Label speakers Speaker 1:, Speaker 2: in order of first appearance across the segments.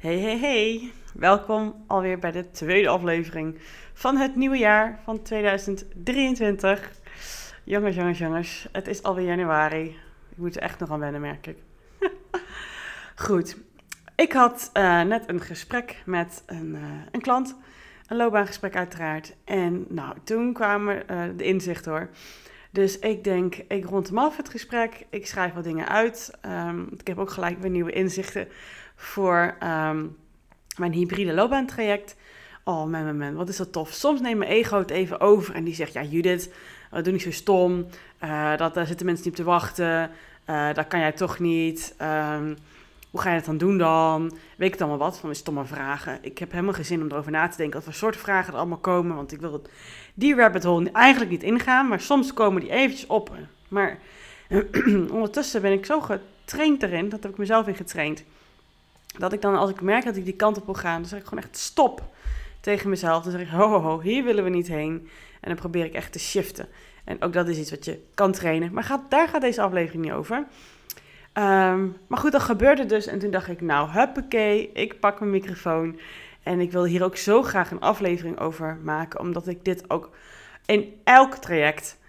Speaker 1: Hey. Welkom alweer bij de tweede aflevering van het nieuwe jaar van 2023. Jongens, het is alweer januari. Ik moet er echt nog aan wennen, merk ik. Goed, ik had net een gesprek met een klant, een loopbaangesprek uiteraard. En toen kwamen de inzichten hoor. Dus ik denk, ik rond hem af het gesprek, ik schrijf wat dingen uit. Ik heb ook gelijk weer nieuwe inzichten voor mijn hybride loopbaantraject. Oh man, wat is dat tof. Soms neemt mijn ego het even over en die zegt, ja Judith, doe niet zo stom. Daar zitten mensen niet op te wachten. Dat kan jij toch niet. Hoe ga je het dan doen dan? Weet ik het allemaal wat van die stomme vragen. Ik heb helemaal geen zin om erover na te denken wat voor soort vragen er allemaal komen. Want ik wil die rabbit hole eigenlijk niet ingaan. Maar soms komen die eventjes op. Maar ondertussen ben ik zo getraind erin. Dat heb ik mezelf in getraind. Dat ik dan, als ik merk dat ik die kant op wil gaan, dan zeg ik gewoon echt stop tegen mezelf. Dan zeg ik, ho, hier willen we niet heen. En dan probeer ik echt te shiften. En ook dat is iets wat je kan trainen. Maar daar gaat deze aflevering niet over. Maar goed, dat gebeurde dus. En toen dacht ik, huppakee, ik pak mijn microfoon. En ik wil hier ook zo graag een aflevering over maken. Omdat ik dit ook in elk traject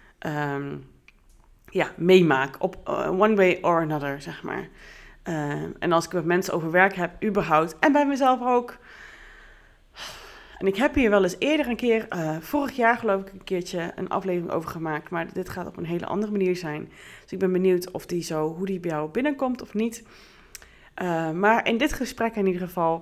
Speaker 1: meemaak. Op one way or another, zeg maar. En als ik met mensen over werk heb, überhaupt. En bij mezelf ook. En ik heb hier wel eens eerder een keer, vorig jaar geloof ik, een keertje een aflevering over gemaakt. Maar dit gaat op een hele andere manier zijn. Dus ik ben benieuwd hoe die bij jou binnenkomt of niet. Maar in dit gesprek in ieder geval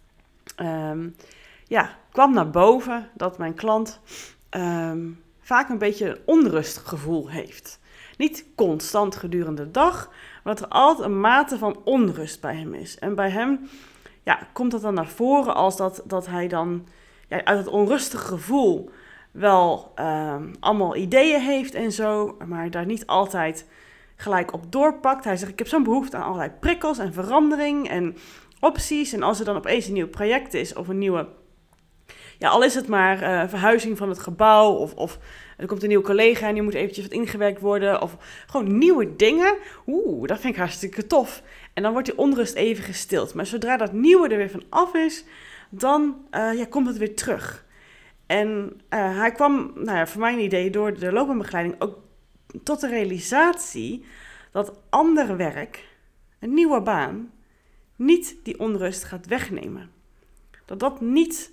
Speaker 1: kwam naar boven dat mijn klant vaak een beetje een onrustgevoel heeft. Niet constant gedurende de dag, maar dat er altijd een mate van onrust bij hem is. En bij hem komt dat dan naar voren als dat hij dan uit het onrustige gevoel wel allemaal ideeën heeft en zo, maar daar niet altijd gelijk op doorpakt. Hij zegt, ik heb zo'n behoefte aan allerlei prikkels en verandering en opties. En als er dan opeens een nieuw project is of een nieuwe, al is het maar verhuizing van het gebouw of er komt een nieuwe collega en die moet eventjes wat ingewerkt worden. Of gewoon nieuwe dingen. Dat vind ik hartstikke tof. En dan wordt die onrust even gestild. Maar zodra dat nieuwe er weer van af is, dan komt het weer terug. En hij kwam, voor mijn idee, door de loopbaanbegeleiding ook tot de realisatie dat ander werk, een nieuwe baan, niet die onrust gaat wegnemen. Dat niet,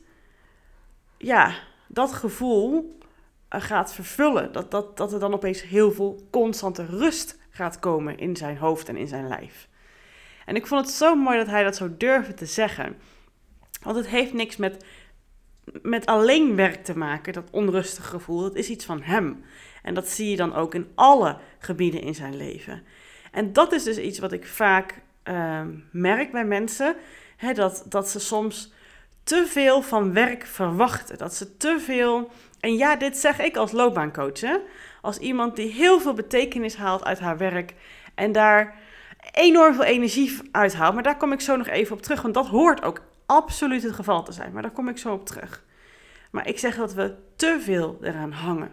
Speaker 1: dat gevoel gaat vervullen. Dat er dan opeens heel veel constante rust gaat komen in zijn hoofd en in zijn lijf. En ik vond het zo mooi dat hij dat zo durfde te zeggen. Want het heeft niks met alleen werk te maken, dat onrustige gevoel. Dat is iets van hem. En dat zie je dan ook in alle gebieden in zijn leven. En dat is dus iets wat ik vaak merk bij mensen. Dat ze soms te veel van werk verwachten. Dat ze te veel. En dit zeg ik als loopbaancoach. Als iemand die heel veel betekenis haalt uit haar werk. En daar enorm veel energie uit haalt. Maar daar kom ik zo nog even op terug. Want dat hoort ook absoluut het geval te zijn. Maar daar kom ik zo op terug. Maar ik zeg dat we te veel eraan hangen.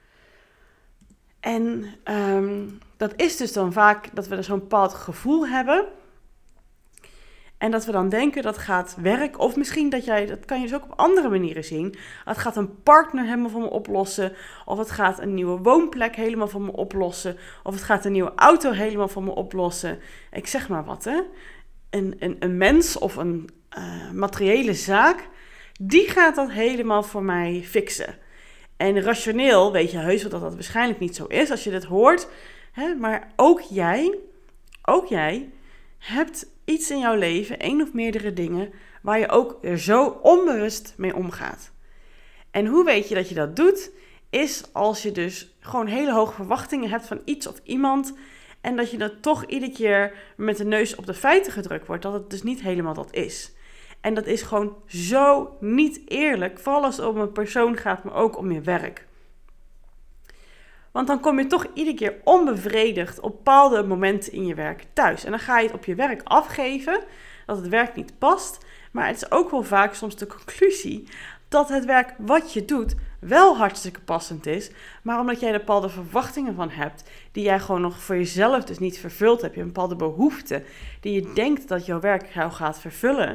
Speaker 1: En dat is dus dan vaak dat we er zo'n bepaald gevoel hebben. En dat we dan denken dat gaat werk. Of misschien dat kan je dus ook op andere manieren zien. Het gaat een partner helemaal voor me oplossen. Of het gaat een nieuwe woonplek helemaal voor me oplossen. Of het gaat een nieuwe auto helemaal voor me oplossen. Ik zeg maar wat, hè. Een mens of een materiële zaak, die gaat dat helemaal voor mij fixen. En rationeel weet je heus wel dat dat waarschijnlijk niet zo is als je dit hoort. Hè? Maar ook jij hebt iets in jouw leven, één of meerdere dingen, waar je ook zo onbewust mee omgaat. En hoe weet je dat je dat doet? Is als je dus gewoon hele hoge verwachtingen hebt van iets of iemand. En dat je dan toch iedere keer met de neus op de feiten gedrukt wordt. Dat het dus niet helemaal dat is. En dat is gewoon zo niet eerlijk. Vooral als het om een persoon gaat, maar ook om je werk. Want dan kom je toch iedere keer onbevredigd op bepaalde momenten in je werk thuis. En dan ga je het op je werk afgeven, dat het werk niet past. Maar het is ook wel vaak soms de conclusie dat het werk wat je doet wel hartstikke passend is. Maar omdat jij er bepaalde verwachtingen van hebt, die jij gewoon nog voor jezelf dus niet vervuld hebt. Je hebt een bepaalde behoefte die je denkt dat jouw werk jou gaat vervullen.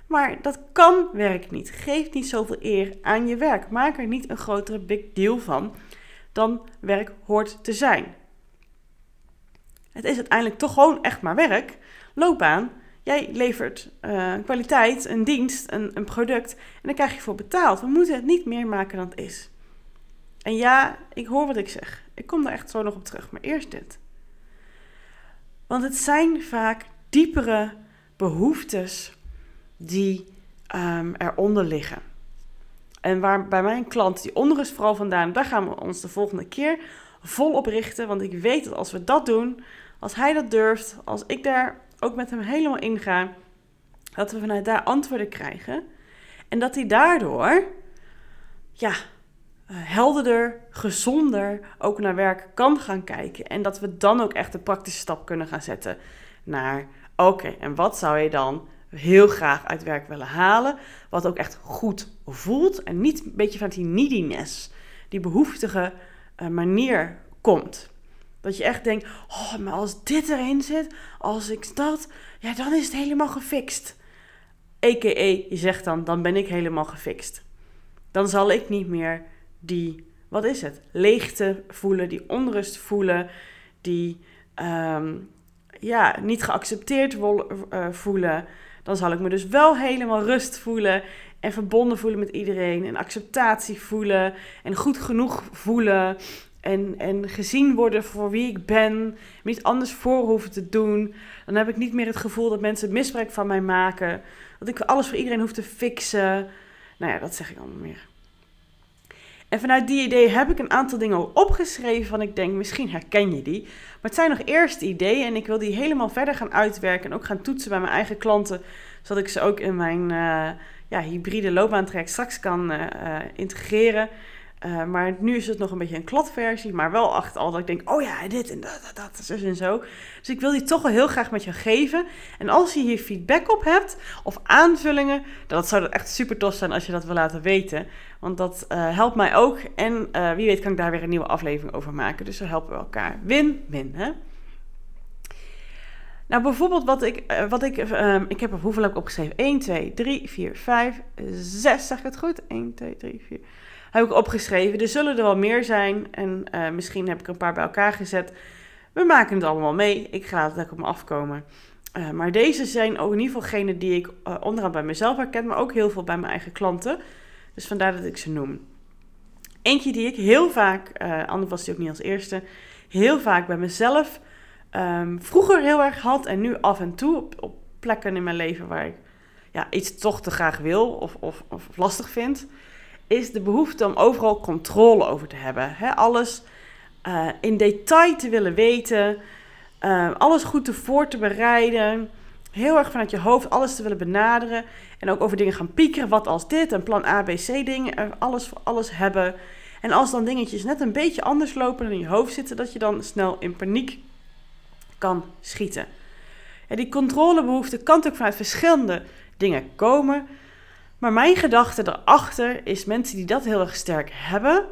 Speaker 1: Maar dat kan werk niet. Geef niet zoveel eer aan je werk. Maak er niet een grotere big deal van dan werk hoort te zijn. Het is uiteindelijk toch gewoon echt maar werk. Loopbaan. Jij levert kwaliteit, een dienst, een product en daar krijg je voor betaald. We moeten het niet meer maken dan het is. En ja, ik hoor wat ik zeg. Ik kom daar echt zo nog op terug, maar eerst dit. Want het zijn vaak diepere behoeftes die eronder liggen. En waar bij mijn klant die onrust vooral vandaan, daar gaan we ons de volgende keer volop richten. Want ik weet dat als we dat doen, als hij dat durft, als ik daar ook met hem helemaal in ga, dat we vanuit daar antwoorden krijgen. En dat hij daardoor, helderder, gezonder ook naar werk kan gaan kijken. En dat we dan ook echt de praktische stap kunnen gaan zetten naar, oké, en wat zou je dan heel graag uit werk willen halen, wat ook echt goed voelt en niet een beetje vanuit die neediness, die behoeftige manier komt. Dat je echt denkt, oh, maar als dit erin zit, als ik dat, ja, dan is het helemaal gefixt. A.k.a. je zegt dan ben ik helemaal gefixt. Dan zal ik niet meer die, leegte voelen, die onrust voelen, die niet geaccepteerd voelen. Dan zal ik me dus wel helemaal rust voelen en verbonden voelen met iedereen. En acceptatie voelen en goed genoeg voelen. En gezien worden voor wie ik ben. Me niet anders voor hoeven te doen. Dan heb ik niet meer het gevoel dat mensen misbruik van mij maken. Dat ik alles voor iedereen hoef te fixen. Nou ja, dat zeg ik allemaal meer. En vanuit die idee heb ik een aantal dingen opgeschreven van ik denk, misschien herken je die. Maar het zijn nog eerste ideeën en ik wil die helemaal verder gaan uitwerken en ook gaan toetsen bij mijn eigen klanten. Zodat ik ze ook in mijn hybride loopbaantraject straks kan integreren. Maar nu is het nog een beetje een kladversie, maar wel achter al dat ik denk, oh ja, dit en dat, zo en zo. Dus ik wil die toch wel heel graag met je geven. En als je hier feedback op hebt, of aanvullingen, dan zou dat echt super tof zijn als je dat wil laten weten. Want dat helpt mij ook. En wie weet kan ik daar weer een nieuwe aflevering over maken. Dus zo helpen we elkaar. Win-win, hè? Nou, bijvoorbeeld ik heb hoeveel heb ik opgeschreven? 1, 2, 3, 4, 5, 6, zeg ik het goed? 1, 2, 3, 4... heb ik opgeschreven. Er zullen er wel meer zijn. En misschien heb ik er een paar bij elkaar gezet. We maken het allemaal mee. Ik ga het lekker op me afkomen. Maar deze zijn ook in ieder geval degene die ik onderaan bij mezelf herken. Maar ook heel veel bij mijn eigen klanten. Dus vandaar dat ik ze noem. Eentje die ik heel vaak, anders was die ook niet als eerste, heel vaak bij mezelf vroeger heel erg had. En nu af en toe op plekken in mijn leven waar ik iets toch te graag wil of lastig vind, is de behoefte om overal controle over te hebben. Alles in detail te willen weten. Alles goed voor te bereiden. Heel erg vanuit je hoofd alles te willen benaderen. En ook over dingen gaan piekeren. Wat als dit, een plan A, B, C dingen. Alles voor alles hebben. En als dan dingetjes net een beetje anders lopen dan in je hoofd zitten, dat je dan snel in paniek kan schieten. Ja, die controlebehoefte kan natuurlijk vanuit verschillende dingen komen. Maar mijn gedachte erachter is, mensen die dat heel erg sterk hebben,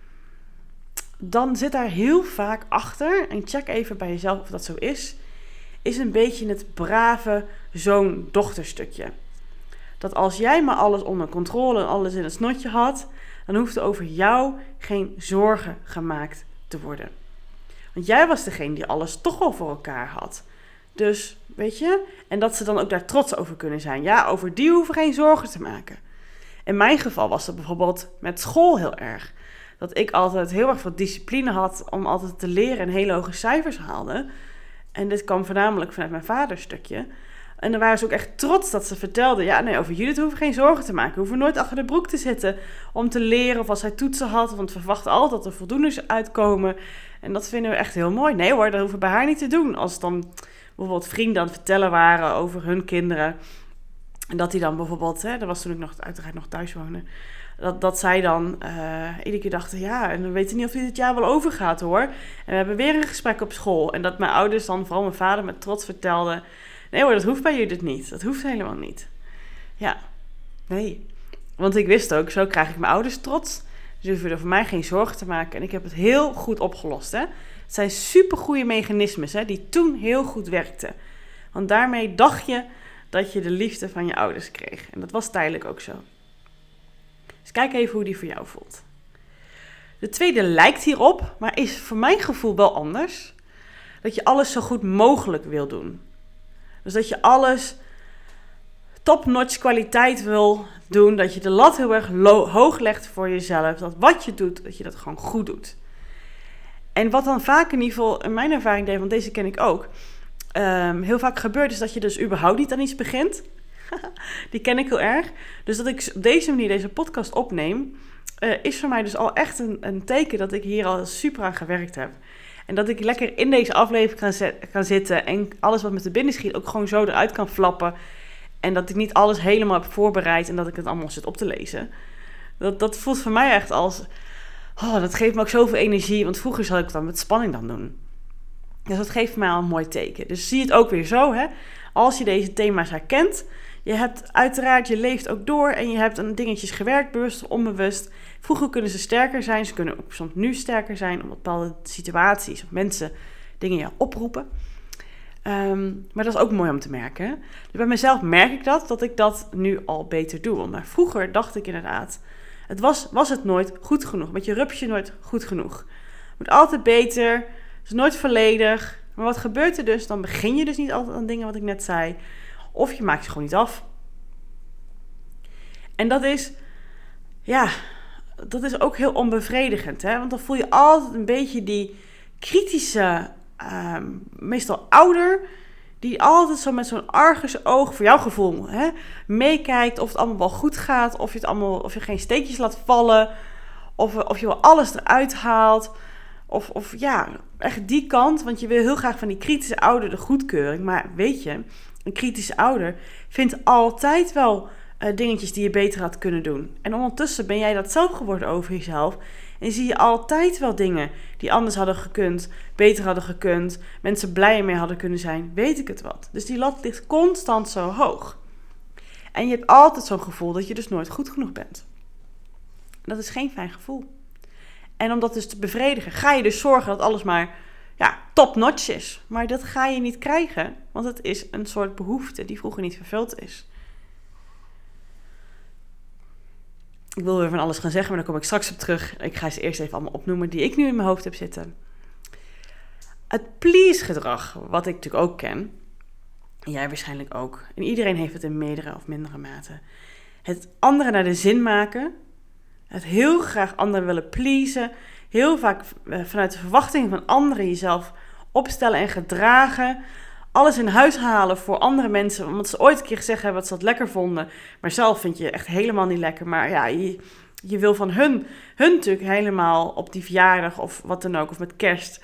Speaker 1: dan zit daar heel vaak achter, en check even bij jezelf of dat zo is een beetje het brave zoon-dochterstukje. Dat als jij maar alles onder controle en alles in het snotje had, dan hoeft er over jou geen zorgen gemaakt te worden. Want jij was degene die alles toch wel voor elkaar had. Dus, weet je, en dat ze dan ook daar trots over kunnen zijn. Ja, over die hoeven geen zorgen te maken. In mijn geval was dat bijvoorbeeld met school heel erg. Dat ik altijd heel erg veel discipline had om altijd te leren en hele hoge cijfers haalde. En dit kwam voornamelijk vanuit mijn vaders stukje. En dan waren ze ook echt trots dat ze vertelden, ja, nee, over Judith hoeven geen zorgen te maken. We hoeven nooit achter de broek te zitten om te leren of als hij toetsen had. Want we verwachten altijd dat er voldoendes uitkomen. En dat vinden we echt heel mooi. Nee hoor, dat hoeven we bij haar niet te doen. Als dan bijvoorbeeld vrienden aan het vertellen waren over hun kinderen. En dat die dan bijvoorbeeld, dat was toen ik uiteraard nog thuis woonde. Dat zij dan iedere keer dachten, ja, en we weten niet of dit jaar wel overgaat hoor. En we hebben weer een gesprek op school. En dat mijn ouders dan, vooral mijn vader, met trots vertelden, nee hoor, dat hoeft bij jullie niet. Dat hoeft helemaal niet. Ja, nee. Want ik wist ook, zo krijg ik mijn ouders trots. Dus hoeven er voor mij geen zorgen te maken. En ik heb het heel goed opgelost. Hè? Het zijn supergoeie mechanismes, hè, die toen heel goed werkten. Want daarmee dacht je dat je de liefde van je ouders kreeg. En dat was tijdelijk ook zo. Dus kijk even hoe die voor jou voelt. De tweede lijkt hierop, maar is voor mijn gevoel wel anders. Dat je alles zo goed mogelijk wil doen. Dus dat je alles top-notch kwaliteit wil doen. Dat je de lat heel erg hoog legt voor jezelf. Dat wat je doet, dat je dat gewoon goed doet. En wat dan vaak in ieder geval in mijn ervaring deed, want deze ken ik ook. Heel vaak gebeurt is dat je dus überhaupt niet aan iets begint. Die ken ik heel erg. Dus dat ik op deze manier deze podcast opneem, is voor mij dus al echt een teken dat ik hier al super aan gewerkt heb. En dat ik lekker in deze aflevering kan zitten en alles wat me te binnen schiet ook gewoon zo eruit kan flappen. En dat ik niet alles helemaal heb voorbereid en dat ik het allemaal zit op te lezen. Dat voelt voor mij echt als, dat geeft me ook zoveel energie. Want vroeger zou ik het dan met spanning dan doen. Dus dat geeft mij al een mooi teken. Dus zie het ook weer zo, hè. Als je deze thema's herkent, je hebt uiteraard, je leeft ook door en je hebt aan dingetjes gewerkt, bewust of onbewust. Vroeger kunnen ze sterker zijn, ze kunnen ook soms nu sterker zijn, omdat bepaalde situaties of mensen dingen je oproepen. Maar dat is ook mooi om te merken. Dus bij mezelf merk ik dat ik dat nu al beter doe. Maar vroeger dacht ik inderdaad, was het nooit goed genoeg. Met je rupsje nooit goed genoeg. Het moet altijd beter, het is nooit volledig. Maar wat gebeurt er dus? Dan begin je dus niet altijd aan dingen wat ik net zei. Of je maakt ze gewoon niet af. En dat is ook heel onbevredigend. Hè? Want dan voel je altijd een beetje die kritische, meestal ouder, die altijd zo met zo'n argusoog voor jouw gevoel meekijkt of het allemaal wel goed gaat, of je geen steekjes laat vallen, of je wel alles eruit haalt. Of echt die kant, want je wil heel graag van die kritische ouder de goedkeuring. Maar weet je, een kritische ouder vindt altijd wel dingetjes die je beter had kunnen doen. En ondertussen ben jij dat zelf geworden over jezelf. En zie je altijd wel dingen die anders hadden gekund, beter hadden gekund, mensen blijer mee hadden kunnen zijn, weet ik het wat. Dus die lat ligt constant zo hoog. En je hebt altijd zo'n gevoel dat je dus nooit goed genoeg bent. Dat is geen fijn gevoel. En om dat dus te bevredigen, ga je dus zorgen dat alles maar top-notch is. Maar dat ga je niet krijgen, want het is een soort behoefte die vroeger niet vervuld is. Ik wil weer van alles gaan zeggen, maar daar kom ik straks op terug. Ik ga ze eerst even allemaal opnoemen die ik nu in mijn hoofd heb zitten. Het please-gedrag, wat ik natuurlijk ook ken. En jij waarschijnlijk ook. En iedereen heeft het in meerdere of mindere mate. Het anderen naar de zin maken. Het heel graag anderen willen pleasen. Heel vaak vanuit de verwachting van anderen jezelf opstellen en gedragen. Alles in huis halen voor andere mensen. Omdat ze ooit een keer gezegd hebben dat ze dat lekker vonden. Maar zelf vind je echt helemaal niet lekker. Maar je wil van hun natuurlijk helemaal op die verjaardag of wat dan ook. Of met kerst.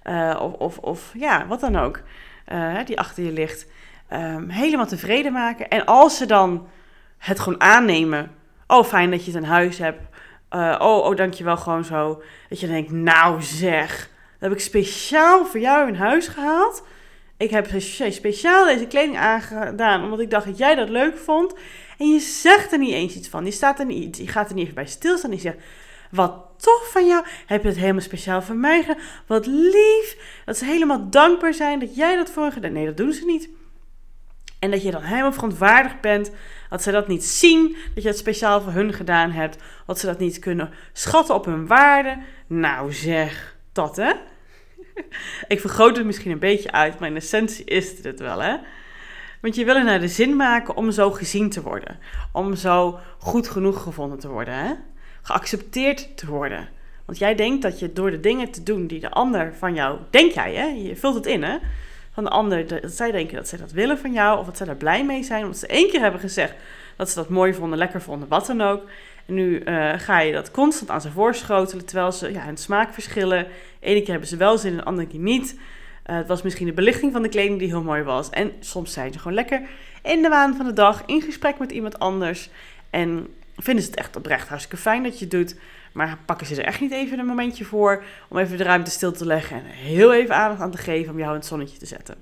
Speaker 1: Wat dan ook. Die achter je ligt. Helemaal tevreden maken. En als ze dan het gewoon aannemen. Oh, fijn dat je het in huis hebt. Dankjewel, gewoon zo. Dat je denkt, nou zeg. Dat heb ik speciaal voor jou in huis gehaald. Ik heb speciaal deze kleding aangedaan, omdat ik dacht dat jij dat leuk vond. En je zegt er niet eens iets van. Je gaat er niet even bij stilstaan. Je zegt, wat tof van jou. Heb je het helemaal speciaal voor mij gedaan. Wat lief. Dat ze helemaal dankbaar zijn dat jij dat voor hen gedaan. Nee, dat doen ze niet. En dat je dan helemaal verontwaardigd bent. Dat ze dat niet zien. Dat je het speciaal voor hun gedaan hebt. Dat ze dat niet kunnen schatten op hun waarde. Nou zeg, dat hè. Ik vergroot het misschien een beetje uit, maar in essentie is het wel, hè. Want je wil er naar de zin maken om zo gezien te worden. Om zo goed genoeg gevonden te worden, hè. Geaccepteerd te worden. Want jij denkt dat je door de dingen te doen die de ander van jou... Denk jij, hè. Je vult het in, hè. Van de ander, dat zij denken dat zij dat willen van jou. Of dat zij daar blij mee zijn. Omdat ze 1 keer hebben gezegd dat ze dat mooi vonden, lekker vonden, wat dan ook. En nu ga je dat constant aan ze voorschotelen, terwijl ze hun smaak verschillen. Ene keer hebben ze wel zin en de andere keer niet. Het was misschien de belichting van de kleding die heel mooi was. En soms zijn ze gewoon lekker in de waan van de dag, in gesprek met iemand anders. En vinden ze het echt oprecht hartstikke fijn dat je het doet. Maar pakken ze er echt niet even een momentje voor om even de ruimte stil te leggen en heel even aandacht aan te geven om jou in het zonnetje te zetten.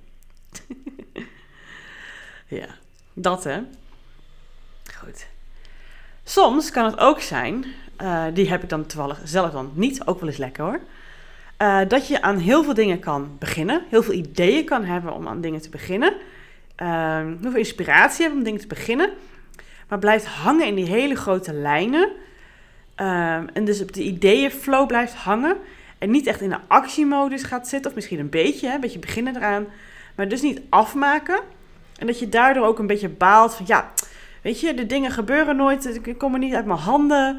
Speaker 1: Ja, dat hè. Goed. Soms kan het ook zijn, die heb ik dan toevallig zelf dan niet, ook wel eens lekker hoor. Dat je aan heel veel dingen kan beginnen, heel veel ideeën kan hebben om aan dingen te beginnen. heel veel inspiratie hebt om dingen te beginnen. Maar blijft hangen in die hele grote lijnen. En dus op de ideeënflow blijft hangen. En niet echt in de actiemodus gaat zitten. Of misschien een beetje beginnen eraan. Maar dus niet afmaken. En dat je daardoor ook een beetje baalt van ja, weet je, de dingen gebeuren nooit. Ik kom er niet uit mijn handen.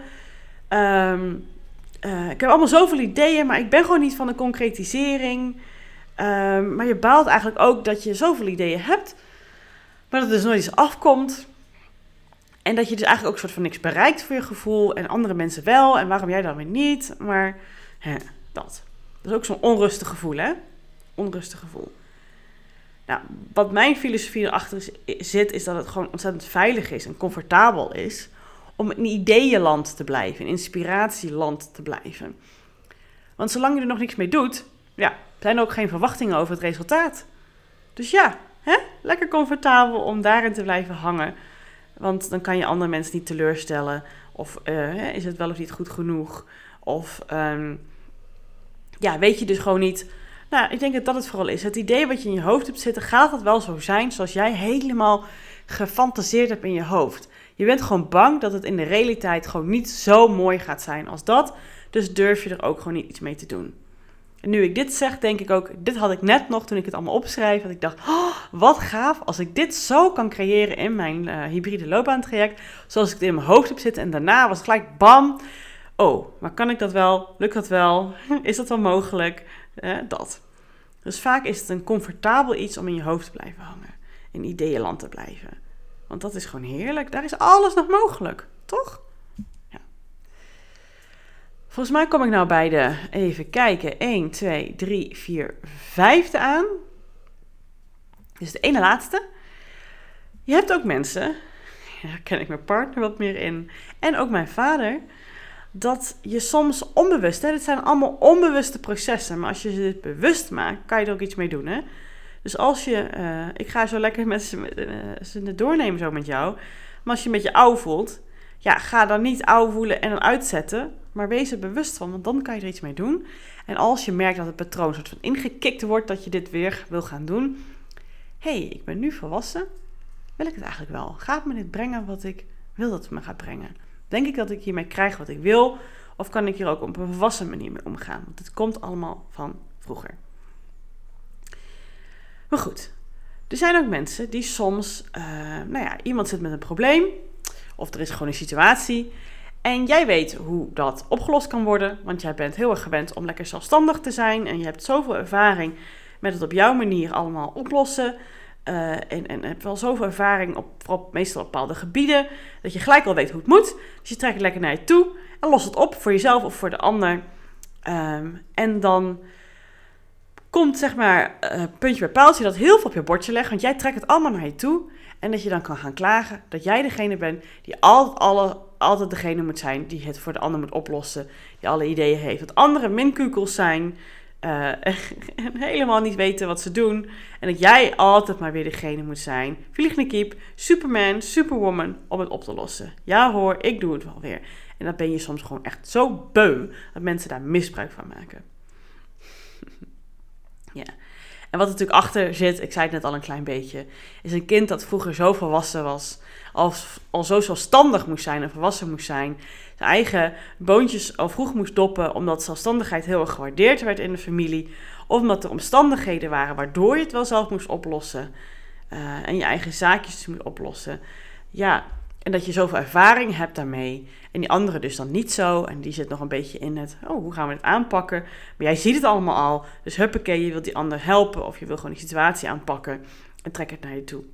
Speaker 1: Ik heb allemaal zoveel ideeën, maar ik ben gewoon niet van de concretisering. Maar je baalt eigenlijk ook dat je zoveel ideeën hebt, maar dat er dus nooit iets afkomt. En dat je dus eigenlijk ook soort van niks bereikt voor je gevoel. En andere mensen wel. En waarom jij dan weer niet? Maar dat. Dat is ook zo'n onrustig gevoel, hè? Onrustig gevoel. Nou, wat mijn filosofie erachter zit, is dat het gewoon ontzettend veilig is en comfortabel is om in ideeënland te blijven, in inspiratieland te blijven. Want zolang je er nog niks mee doet, ja, zijn er ook geen verwachtingen over het resultaat. Dus ja, lekker comfortabel om daarin te blijven hangen. Want dan kan je andere mensen niet teleurstellen. Of is het wel of niet goed genoeg? Of weet je dus gewoon niet. Nou, ik denk dat dat het vooral is. Het idee wat je in je hoofd hebt zitten, gaat dat wel zo zijn zoals jij helemaal gefantaseerd hebt in je hoofd. Je bent gewoon bang dat het in de realiteit gewoon niet zo mooi gaat zijn als dat. Dus durf je er ook gewoon niet iets mee te doen. En nu ik dit zeg, denk ik ook, dit had ik net nog toen ik het allemaal opschreef. Dat ik dacht, wat gaaf als ik dit zo kan creëren in mijn hybride loopbaantraject. Zoals ik het in mijn hoofd heb zitten. En daarna was het gelijk bam. Oh, maar kan ik dat wel? Lukt dat wel? Is dat wel mogelijk? Dat. Dus vaak is het een comfortabel iets om in je hoofd te blijven hangen. In ideeënland te blijven. Want dat is gewoon heerlijk. Daar is alles nog mogelijk. Toch? Ja. Volgens mij kom ik nou bij de, even kijken, 1, 2, 3, 4, 5e aan. Dus de ene laatste. Je hebt ook mensen, daar ken ik mijn partner wat meer in, en ook mijn vader, dat je soms onbewust, dit zijn allemaal onbewuste processen, maar als je ze bewust maakt, kan je er ook iets mee doen. Hè? Dus als je, ik ga zo lekker met ze doornemen zo met jou, maar als je een beetje ouw voelt, ja, ga dan niet ouw voelen en dan uitzetten, maar wees er bewust van, want dan kan je er iets mee doen. En als je merkt dat het patroon soort van ingekikt wordt, dat je dit weer wil gaan doen. Ik ben nu volwassen, wil ik het eigenlijk wel? Gaat me dit brengen wat ik wil dat het me gaat brengen? Denk ik dat ik hiermee krijg wat ik wil? Of kan ik hier ook op een volwassen manier mee omgaan? Want het komt allemaal van vroeger. Maar goed, er zijn ook mensen die soms, iemand zit met een probleem. Of er is gewoon een situatie. En jij weet hoe dat opgelost kan worden. Want jij bent heel erg gewend om lekker zelfstandig te zijn. En je hebt zoveel ervaring met het op jouw manier allemaal oplossen. En heb wel zoveel ervaring op meestal bepaalde gebieden, dat je gelijk al weet hoe het moet. Dus je trekt het lekker naar je toe en los het op voor jezelf of voor de ander. En dan komt zeg maar puntje bij paaltje dat heel veel op je bordje legt, want jij trekt het allemaal naar je toe. En dat je dan kan gaan klagen dat jij degene bent die altijd degene moet zijn die het voor de ander moet oplossen, die alle ideeën heeft. Dat anderen minkukels zijn, en helemaal niet weten wat ze doen. En dat jij altijd maar weer degene moet zijn. Vliegende kiep, Superman, Superwoman, om het op te lossen. Ja hoor, ik doe het wel weer. En dan ben je soms gewoon echt zo beu dat mensen daar misbruik van maken. Ja. En wat er natuurlijk achter zit, ik zei het net al een klein beetje, is een kind dat vroeger zo volwassen was, al zo zelfstandig moest zijn en volwassen moest zijn, zijn eigen boontjes al vroeg moest doppen, omdat zelfstandigheid heel erg gewaardeerd werd in de familie, of omdat er omstandigheden waren waardoor je het wel zelf moest oplossen, en je eigen zaakjes dus moet oplossen. Ja, en dat je zoveel ervaring hebt daarmee, en die andere dus dan niet zo, en die zit nog een beetje in het, hoe gaan we het aanpakken? Maar jij ziet het allemaal al, dus huppakee, je wilt die ander helpen, of je wil gewoon die situatie aanpakken, en trek het naar je toe.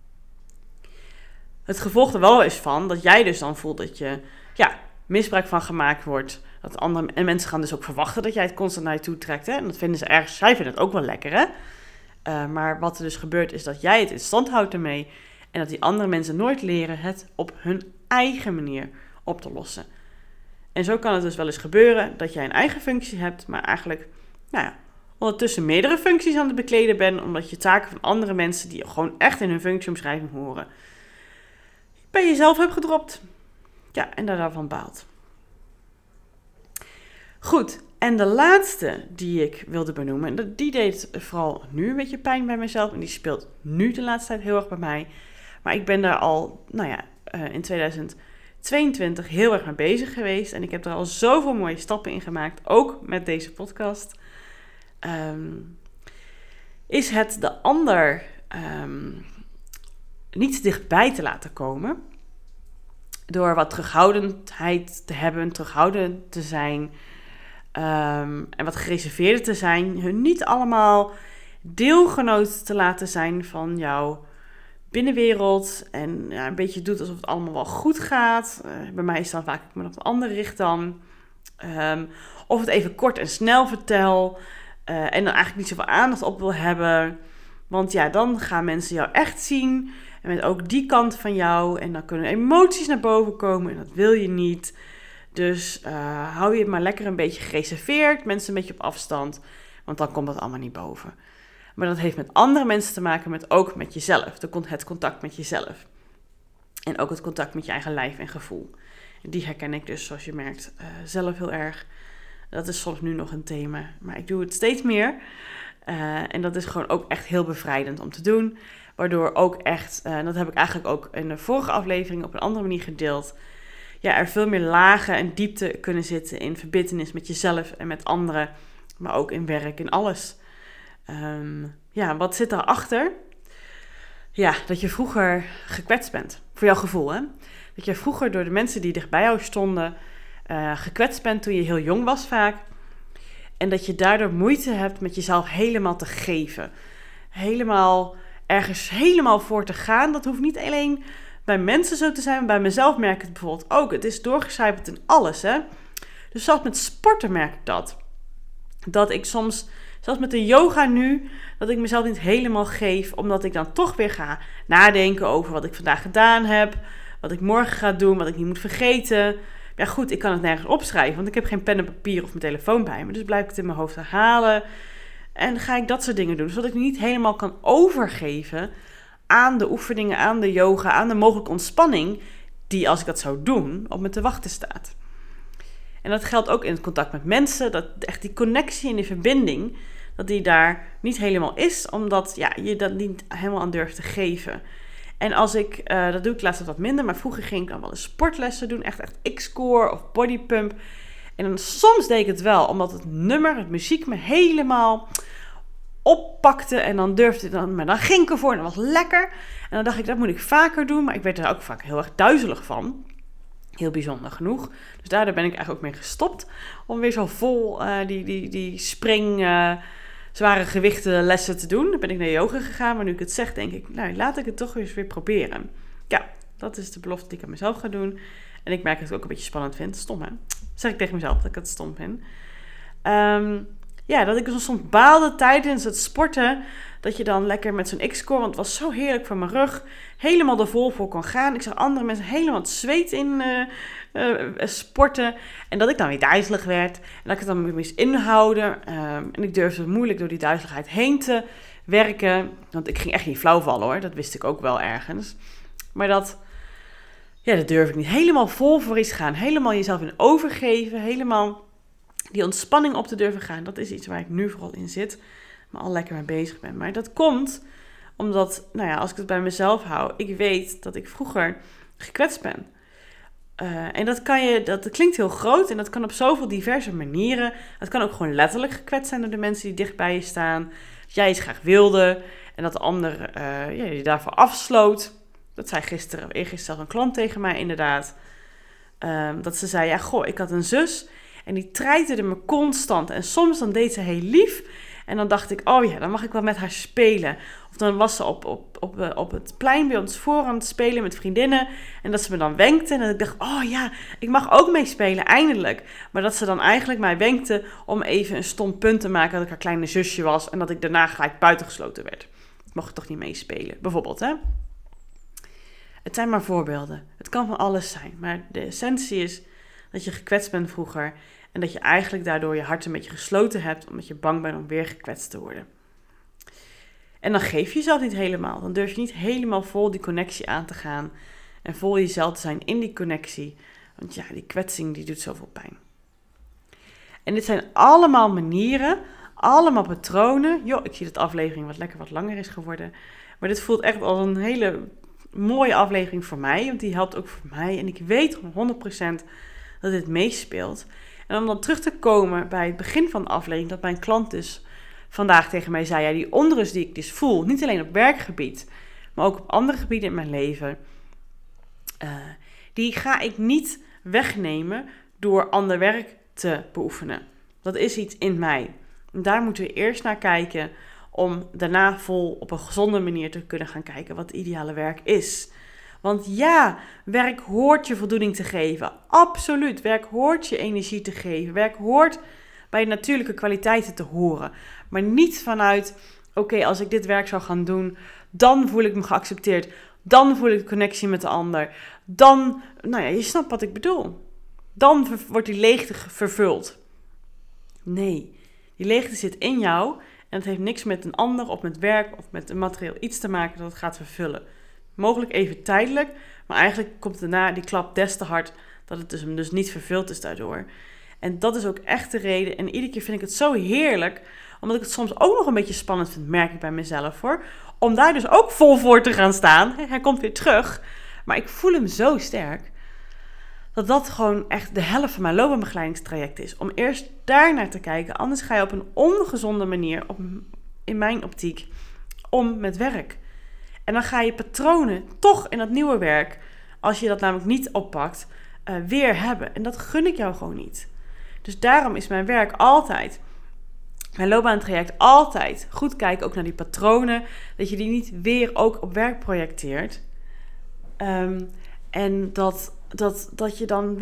Speaker 1: Het gevolg er wel is van, dat jij dus dan voelt dat je, misbruik van gemaakt wordt, dat andere, en mensen gaan dus ook verwachten dat jij het constant naar je toe trekt, hè? En dat vinden ze ergens, zij vinden het ook wel lekker, hè? Maar wat er dus gebeurt, is dat jij het in stand houdt ermee, en dat die andere mensen nooit leren het op hun eigen manier op te lossen. En zo kan het dus wel eens gebeuren dat jij een eigen functie hebt, maar eigenlijk, ondertussen meerdere functies aan het bekleden bent, omdat je taken van andere mensen, die gewoon echt in hun functieomschrijving horen, bij jezelf hebt gedropt. Ja, en daarvan baalt. Goed, En de laatste die ik wilde benoemen, en die deed vooral nu een beetje pijn bij mezelf. En die speelt nu de laatste tijd heel erg bij mij. Maar ik ben daar al, in 2022 heel erg mee bezig geweest. En ik heb er al zoveel mooie stappen in gemaakt, ook met deze podcast. Is het de ander niet dichtbij te laten komen. Door wat terughoudendheid te hebben, terughoudend te zijn. En wat gereserveerder te zijn. Hun niet allemaal deelgenoot te laten zijn van jouw binnenwereld. En een beetje doet alsof het allemaal wel goed gaat. Bij mij is dan vaak ik me op een andere richt dan. Of het even kort en snel vertel. En dan eigenlijk niet zoveel aandacht op wil hebben. Want ja, dan gaan mensen jou echt zien. En met ook die kant van jou. En dan kunnen emoties naar boven komen. En dat wil je niet. Dus hou je het maar lekker een beetje gereserveerd. Mensen een beetje op afstand. Want dan komt dat allemaal niet boven. Maar dat heeft met andere mensen te maken. Ook met jezelf. Het contact met jezelf. En ook het contact met je eigen lijf en gevoel. En die herken ik dus, zoals je merkt, zelf heel erg. Dat is soms nu nog een thema. Maar ik doe het steeds meer. En dat is gewoon ook echt heel bevrijdend om te doen. Waardoor ook echt, en dat heb ik eigenlijk ook in de vorige aflevering op een andere manier gedeeld. Ja, er veel meer lagen en diepte kunnen zitten in verbintenis met jezelf en met anderen. Maar ook in werk, in alles. Wat zit daarachter? Ja, dat je vroeger gekwetst bent. Voor jouw gevoel, hè? Dat je vroeger door de mensen die dicht bij jou stonden gekwetst bent toen je heel jong was vaak. En dat je daardoor moeite hebt met jezelf helemaal te geven. Ergens helemaal voor te gaan. Dat hoeft niet alleen bij mensen zo te zijn. Maar bij mezelf merk ik het bijvoorbeeld ook. Het is doorgecijpeld in alles, hè. Dus zelfs met sporten merk ik dat. Dat ik soms, zelfs met de yoga nu, dat ik mezelf niet helemaal geef. Omdat ik dan toch weer ga nadenken over wat ik vandaag gedaan heb. Wat ik morgen ga doen, wat ik niet moet vergeten. Ja goed, ik kan het nergens opschrijven, want ik heb geen pen en papier of mijn telefoon bij me. Dus blijf ik het in mijn hoofd herhalen. En ga ik dat soort dingen doen, zodat ik me niet helemaal kan overgeven aan de oefeningen, aan de yoga, aan de mogelijke ontspanning die, als ik dat zou doen, op me te wachten staat. En dat geldt ook in het contact met mensen, dat echt die connectie en die verbinding, dat die daar niet helemaal is, omdat je dat niet helemaal aan durft te geven. En als ik, dat doe ik laatst wat minder, maar vroeger ging ik dan wel eens sportlessen doen, echt X-core of bodypump. En dan soms deed ik het wel, omdat het muziek me helemaal oppakte en dan durfde ik maar dan ging ik ervoor en dat was lekker. En dan dacht ik, dat moet ik vaker doen, maar ik werd er ook vaak heel erg duizelig van. Heel bijzonder genoeg. Dus daardoor ben ik eigenlijk ook mee gestopt om weer zo vol die zware gewichten lessen te doen. Dan ben ik naar yoga gegaan, maar nu ik het zeg, denk ik, laat ik het toch eens weer proberen. Ja, dat is de belofte die ik aan mezelf ga doen. En ik merk dat ik het ook een beetje spannend vind. Stom, hè? Zeg ik tegen mezelf dat ik het stom vind. Dat ik soms baalde tijdens het sporten, dat je dan lekker met zo'n X-core, want het was zo heerlijk voor mijn rug, helemaal er vol voor kon gaan. Ik zag andere mensen helemaal het zweet in sporten. En dat ik dan weer duizelig werd. En dat ik het dan moest inhouden. En ik durfde moeilijk door die duizeligheid heen te werken. Want ik ging echt niet flauw vallen, hoor. Dat wist ik ook wel ergens. Maar dat durf ik niet. Helemaal vol voor iets gaan. Helemaal jezelf in overgeven. Helemaal die ontspanning op te durven gaan. Dat is iets waar ik nu vooral in zit. Maar al lekker mee bezig ben. Maar dat komt omdat, als ik het bij mezelf hou, ik weet dat ik vroeger gekwetst ben. En dat klinkt heel groot en dat kan op zoveel diverse manieren. Het kan ook gewoon letterlijk gekwetst zijn door de mensen die dicht bij je staan. Dat jij iets graag wilde en dat de ander je daarvoor afsloot. Dat zei eergisteren zelf een klant tegen mij inderdaad. Dat ze zei, ik had een zus en die treiterde me constant. En soms dan deed ze heel lief. En dan dacht ik, dan mag ik wel met haar spelen. Of dan was ze op het plein bij ons voor aan het spelen met vriendinnen. En dat ze me dan wenkte. En dat ik dacht, ik mag ook meespelen, eindelijk. Maar dat ze dan eigenlijk mij wenkte om even een stom punt te maken dat ik haar kleine zusje was. En dat ik daarna gelijk buitengesloten werd. Ik mocht toch niet meespelen, bijvoorbeeld, hè. Het zijn maar voorbeelden. Het kan van alles zijn. Maar de essentie is dat je gekwetst bent vroeger. En dat je eigenlijk daardoor je hart een beetje gesloten hebt, omdat je bang bent om weer gekwetst te worden. En dan geef je jezelf niet helemaal. Dan durf je niet helemaal vol die connectie aan te gaan. En vol jezelf te zijn in die connectie. Want die kwetsing die doet zoveel pijn. En dit zijn allemaal manieren, allemaal patronen. Ik zie dat de aflevering wat langer is geworden. Maar dit voelt echt als een hele mooie aflevering voor mij. Want die helpt ook voor mij. En ik weet 100% dat dit meespeelt. En om dan terug te komen bij het begin van de aflevering, dat mijn klant dus vandaag tegen mij zei, ja, die onrust die ik dus voel, niet alleen op werkgebied, maar ook op andere gebieden in mijn leven, die ga ik niet wegnemen door ander werk te beoefenen. Dat is iets in mij. En daar moeten we eerst naar kijken om daarna vol op een gezonde manier te kunnen gaan kijken wat het ideale werk is. Want ja, werk hoort je voldoening te geven. Absoluut. Werk hoort je energie te geven. Werk hoort bij je natuurlijke kwaliteiten te horen. Maar niet vanuit, oké, als ik dit werk zou gaan doen, dan voel ik me geaccepteerd. Dan voel ik de connectie met de ander. Dan, je snapt wat ik bedoel. Dan wordt die leegte vervuld. Nee, die leegte zit in jou en het heeft niks met een ander of met werk of met een materieel iets te maken dat het gaat vervullen. Mogelijk even tijdelijk, maar eigenlijk komt daarna die klap des te hard dat het dus niet vervuld is daardoor. En dat is ook echt de reden. En iedere keer vind ik het zo heerlijk, omdat ik het soms ook nog een beetje spannend vind, merk ik bij mezelf hoor. Om daar dus ook vol voor te gaan staan. Hij komt weer terug, maar ik voel hem zo sterk dat gewoon echt de helft van mijn loopbaanbegeleidingstraject is. Om eerst daar naar te kijken. Anders ga je op een ongezonde manier, in mijn optiek, om met werk. En dan ga je patronen toch in dat nieuwe werk, als je dat namelijk niet oppakt, weer hebben. En dat gun ik jou gewoon niet. Dus daarom is mijn werk altijd, mijn loopbaantraject altijd, goed kijken ook naar die patronen. Dat je die niet weer ook op werk projecteert. En dat je dan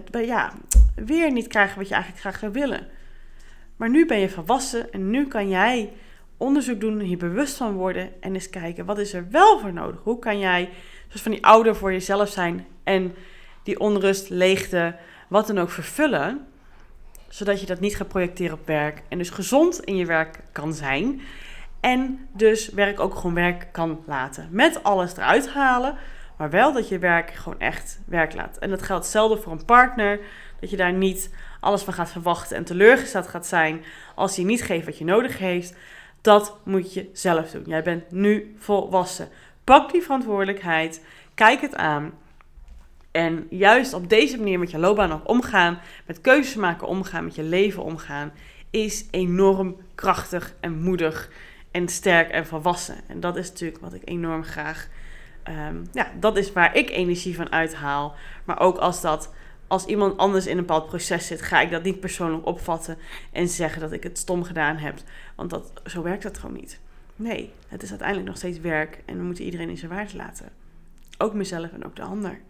Speaker 1: weer niet krijgt wat je eigenlijk graag zou willen. Maar nu ben je volwassen en nu kan jij onderzoek doen, hier bewust van worden en eens kijken, wat is er wel voor nodig? Hoe kan jij, zoals van die ouder voor jezelf zijn en die onrust, leegte, wat dan ook vervullen, zodat je dat niet gaat projecteren op werk en dus gezond in je werk kan zijn en dus werk ook gewoon werk kan laten. Met alles eruit halen, maar wel dat je werk gewoon echt werk laat. En dat geldt hetzelfde voor een partner, dat je daar niet alles van gaat verwachten en teleurgesteld gaat zijn als hij niet geeft wat je nodig heeft. Dat moet je zelf doen. Jij bent nu volwassen. Pak die verantwoordelijkheid. Kijk het aan. En juist op deze manier met je loopbaan nog omgaan, met keuzes maken omgaan, met je leven omgaan, is enorm krachtig en moedig en sterk en volwassen. En dat is natuurlijk wat ik enorm graag, dat is waar ik energie van uithaal. Maar ook als iemand anders in een bepaald proces zit, ga ik dat niet persoonlijk opvatten en zeggen dat ik het stom gedaan heb. Want zo werkt dat gewoon niet. Nee, het is uiteindelijk nog steeds werk en we moeten iedereen in zijn waarde laten. Ook mezelf en ook de ander.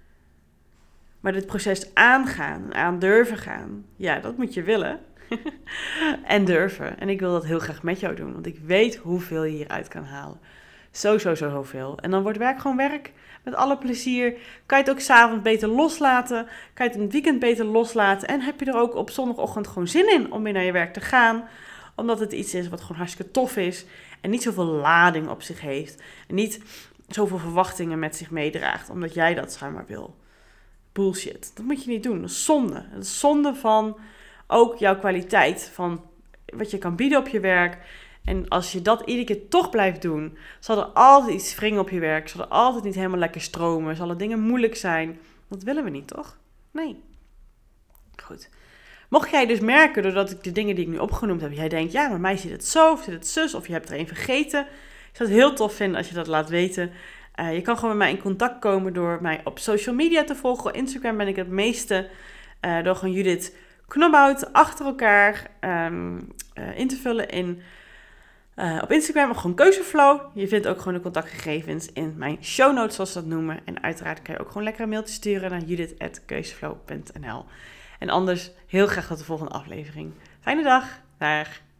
Speaker 1: Maar dit proces aangaan, aan durven gaan, ja, dat moet je willen. En durven. En ik wil dat heel graag met jou doen, want ik weet hoeveel je hieruit kan halen. Zo veel. En dan wordt werk gewoon werk. Met alle plezier. Kan je het ook 's avonds beter loslaten. Kan je het in het weekend beter loslaten. En heb je er ook op zondagochtend gewoon zin in om weer naar je werk te gaan. Omdat het iets is wat gewoon hartstikke tof is. En niet zoveel lading op zich heeft. En niet zoveel verwachtingen met zich meedraagt. Omdat jij dat schijnbaar wil. Bullshit. Dat moet je niet doen. Dat is zonde. Dat is zonde van ook jouw kwaliteit. Van wat je kan bieden op je werk. En als je dat iedere keer toch blijft doen, zal er altijd iets wringen op je werk. Zal er altijd niet helemaal lekker stromen. Zal er dingen moeilijk zijn. Dat willen we niet, toch? Nee. Goed. Mocht jij dus merken, doordat ik de dingen die ik nu opgenoemd heb, jij denkt, ja, bij mij zit het zo, of zit het zus, of je hebt er een vergeten. Ik zou het heel tof vinden als je dat laat weten. Je kan gewoon met mij in contact komen door mij op social media te volgen. Op Instagram ben ik het meeste. Door gewoon Judith Knobhout achter elkaar in te vullen op Instagram of gewoon Keuzeflow. Je vindt ook gewoon de contactgegevens in mijn show notes, zoals ze dat noemen. En uiteraard kan je ook gewoon lekker een mailtje sturen naar judith@keuzeflow.nl. En anders heel graag tot de volgende aflevering. Fijne dag. Dag.